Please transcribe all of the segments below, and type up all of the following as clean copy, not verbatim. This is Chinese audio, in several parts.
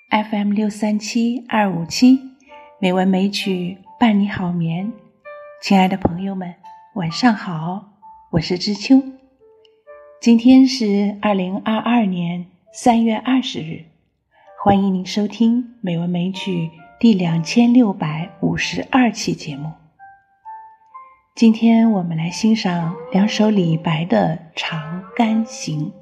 FM637257，美文美曲伴你好眠。亲爱的朋友们，晚上好，我是知秋。今天是2022年3月20日，欢迎您收听美文美曲第2652期节目。今天我们来欣赏2首李白的《长干行》。《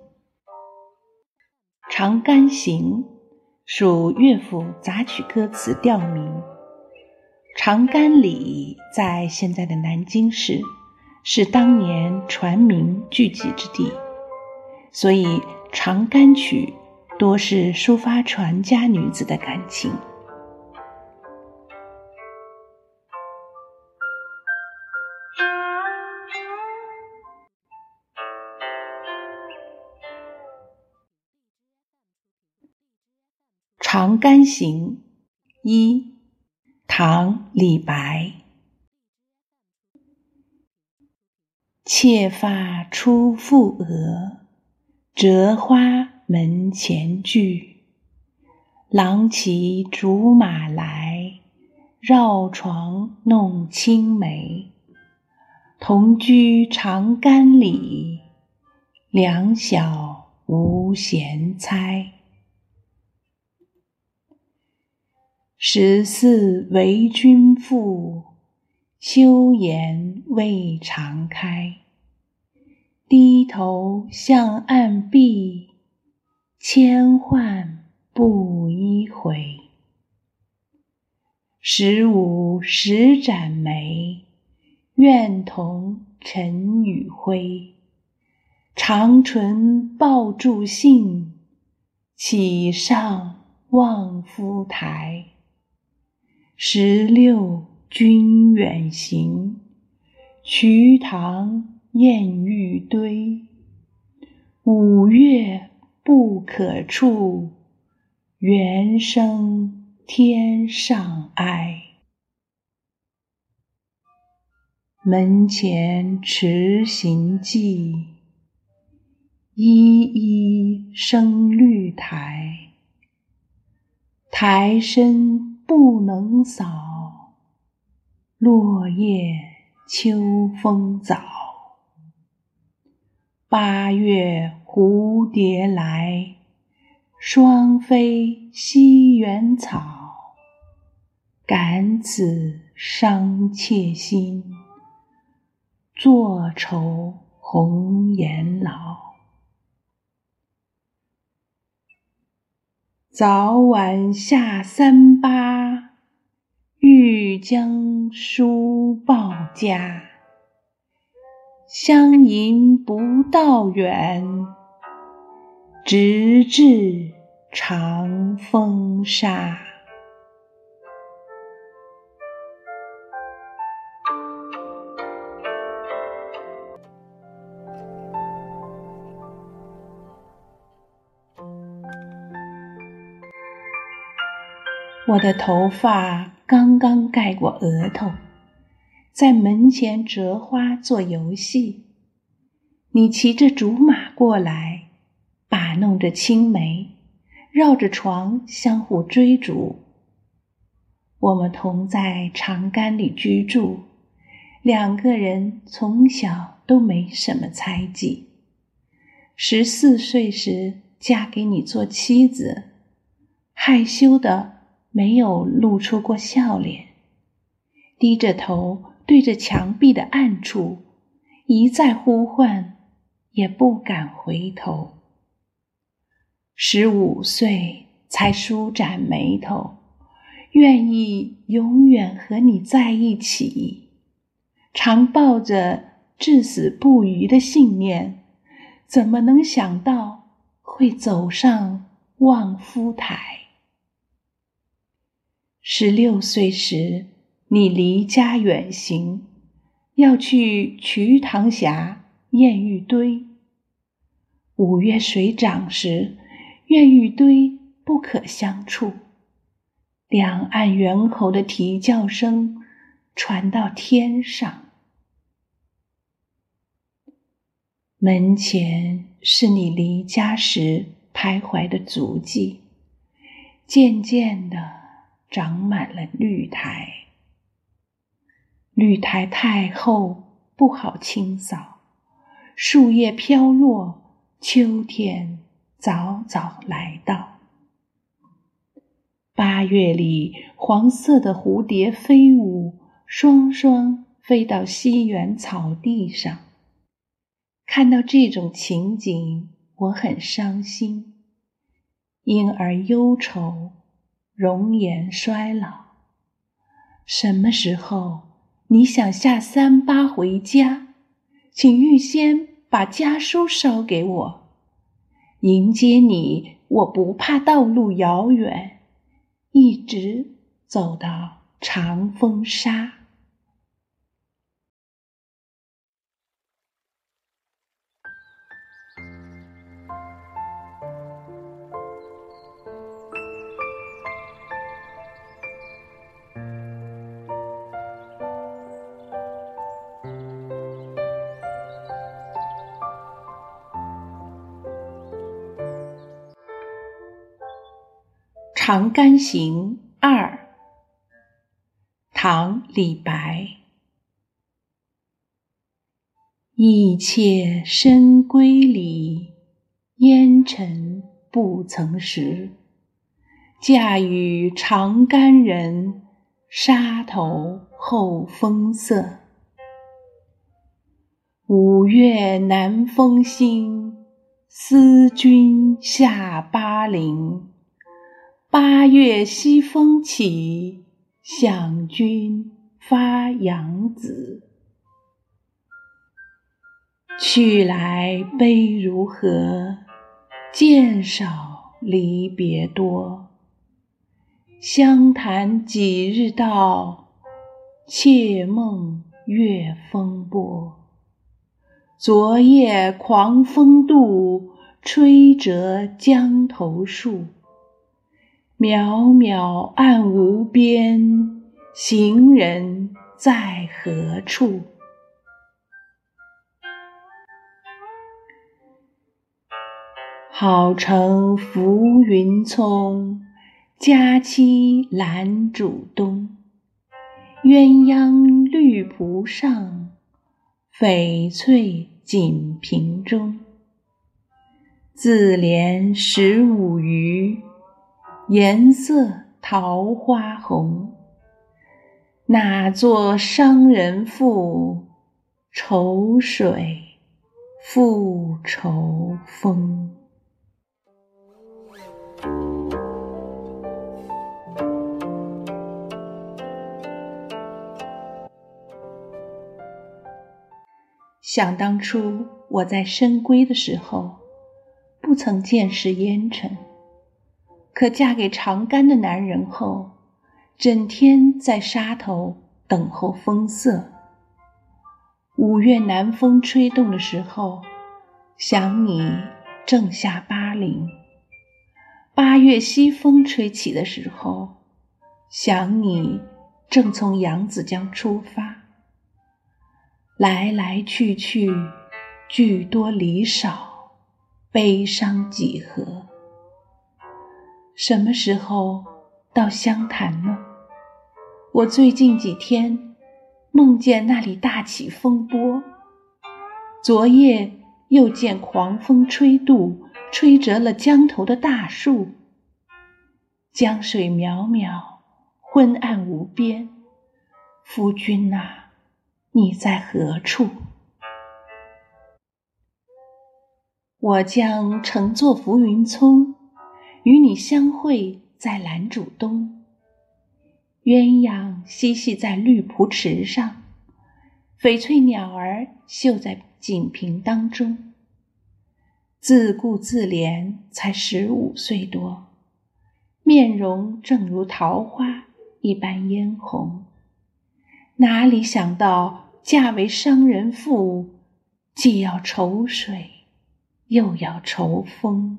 长干行》属乐府杂曲歌词调名。长干里在现在的南京市，是当年船民聚集之地，所以长干曲多是抒发船家女子的感情。《长干行》一，唐·李白。妾发初覆额，折花门前剧。郎骑竹马来，绕床弄青梅。同居长干里，两小无嫌猜。14为君妇，休颜未尝开。低头向岸壁，千唤不一回。15时展眉，愿同尘与灰。长唇抱柱信，岂上望夫台。16君远行，瞿塘滟玉堆。5月不可触，猿声天上哀。门前迟行迹，依依生绿苔。苔深不能扫，落叶秋风早。8月蝴蝶来，双飞西园草。感此伤妾心，坐愁红颜老。早晚下38，欲将书报家。相迎不道远，直至长风沙。我的头发刚刚盖过额头，在门前折花做游戏。你骑着竹马过来，把弄着青梅，绕着床相互追逐。我们同在长干里居住，2个人从小都没什么猜忌。14岁时嫁给你做妻子，害羞的没有露出过笑脸，低着头对着墙壁的暗处，一再呼唤，也不敢回头。15岁才舒展眉头，愿意永远和你在一起，常抱着至死不渝的信念，怎么能想到会走上望夫台。16岁时，你离家远行，要去瞿塘峡滟玉堆。5月水涨时，滟玉堆不可相触，两岸猿猴的啼叫声传到天上。门前是你离家时徘徊的足迹， 渐渐地长满了绿苔。绿苔太厚，不好清扫，树叶飘落，秋天早早来到。8月里，黄色的蝴蝶飞舞，双双飞到西园草地上。看到这种情景，我很伤心，因而忧愁，容颜衰老。什么时候你想下38回家，请预先把家书捎给我。迎接你，我不怕道路遥远，一直走到长风沙。《长干行2》唐·李白。意切深闺里，烟尘不曾识。嫁与长干人，沙头后风色。5月南风兴，思君下巴陵。8月西风起，想君发扬子。去来悲如何，见少离别多。相谈几日到，妾梦月风波。昨夜狂风度，吹折江头树。渺渺暗无边，行人在何处？好乘浮云聪，佳期兰渚东。鸳鸯绿蒲上，翡翠锦屏中。自怜15余，颜色桃花红。哪作商人妇，愁水复愁风。想当初我在深闺的时候，不曾见识烟尘，可嫁给长干的男人后，整天在沙头等候风色。5月南风吹动的时候，想你正下巴陵。8月西风吹起的时候，想你正从扬子江出发。来来去去，聚多离少，悲伤几何。什么时候到湘潭呢？我最近几天梦见那里大起风波，昨夜又见狂风吹渡，吹折了江头的大树。江水渺渺，昏暗无边。夫君啊，你在何处？我将乘坐浮云聪，与你相会在兰渚东。鸳鸯嬉戏在绿蒲池上，翡翠鸟儿绣在锦屏当中。自顾自怜，才15岁多，面容正如桃花一般嫣红。哪里想到嫁为商人妇，既要愁水，又要愁风。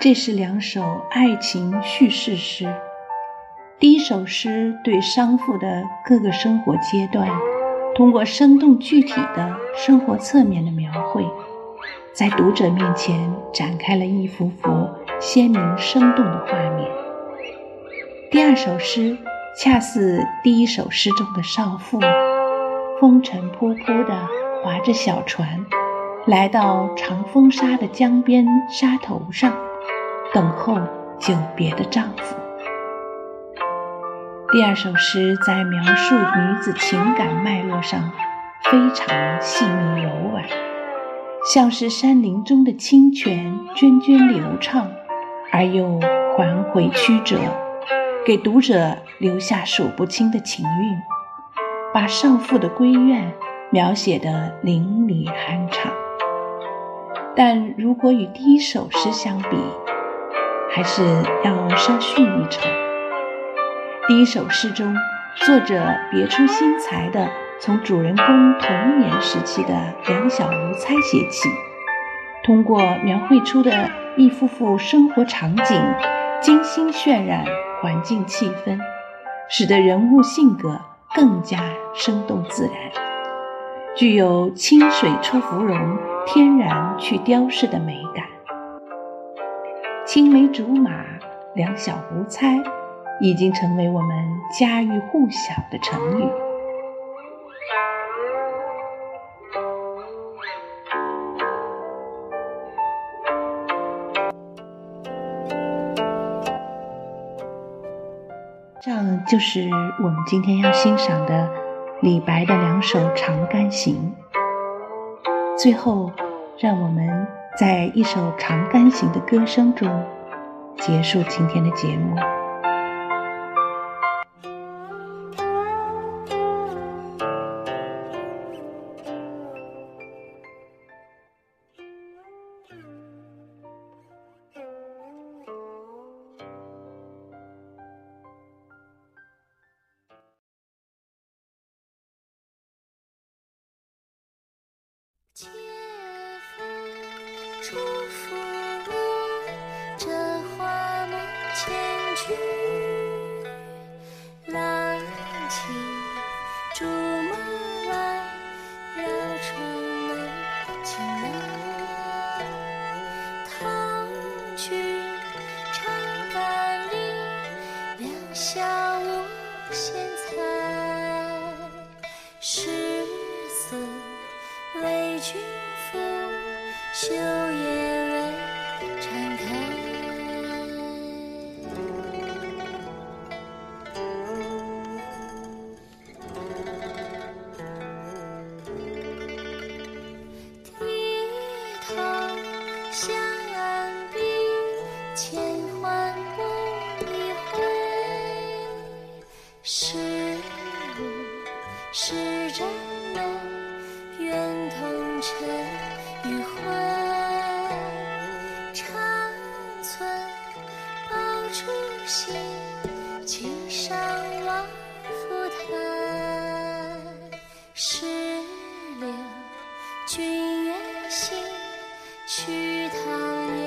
这是2首爱情叙事诗。第一首诗对商妇的各个生活阶段，通过生动具体的生活侧面的描绘，在读者面前展开了一幅幅鲜明生动的画面。第二首诗恰似第一首诗中的少妇，风尘仆仆地划着小船，来到长风沙的江边沙头上，等候久别的丈夫。第二首诗在描述女子情感脉络上非常细密柔婉，像是山林中的清泉涓涓流畅，而又环回曲折，给读者留下数不清的情韵，把少妇的闺怨描写得淋漓酣畅。但如果与第一首诗相比，还是要稍逊一筹。第一首诗中，作者别出心裁地从主人公童年时期的两小无猜写起，通过描绘出的一幅幅生活场景，精心渲染环境气氛，使得人物性格更加生动自然，具有清水出芙蓉，天然去雕饰的美感。青梅竹马，两小无猜，已经成为我们家喻户晓的成语。这就是我们今天要欣赏的李白的2首《长干行》。最后，让我们在一首《长干行》的歌声中结束今天的节目。 且分出芙蓉，这花门前菊，郎骑竹马来，绕城楼进来。唐君长干里，两小无嫌猜。诗词为君赋，秀艳为常开。低头向岸边，千唤不一回。是路是真人，愿同尘与灰。长存宝初心，今上望夫台。石榴君远行，去唐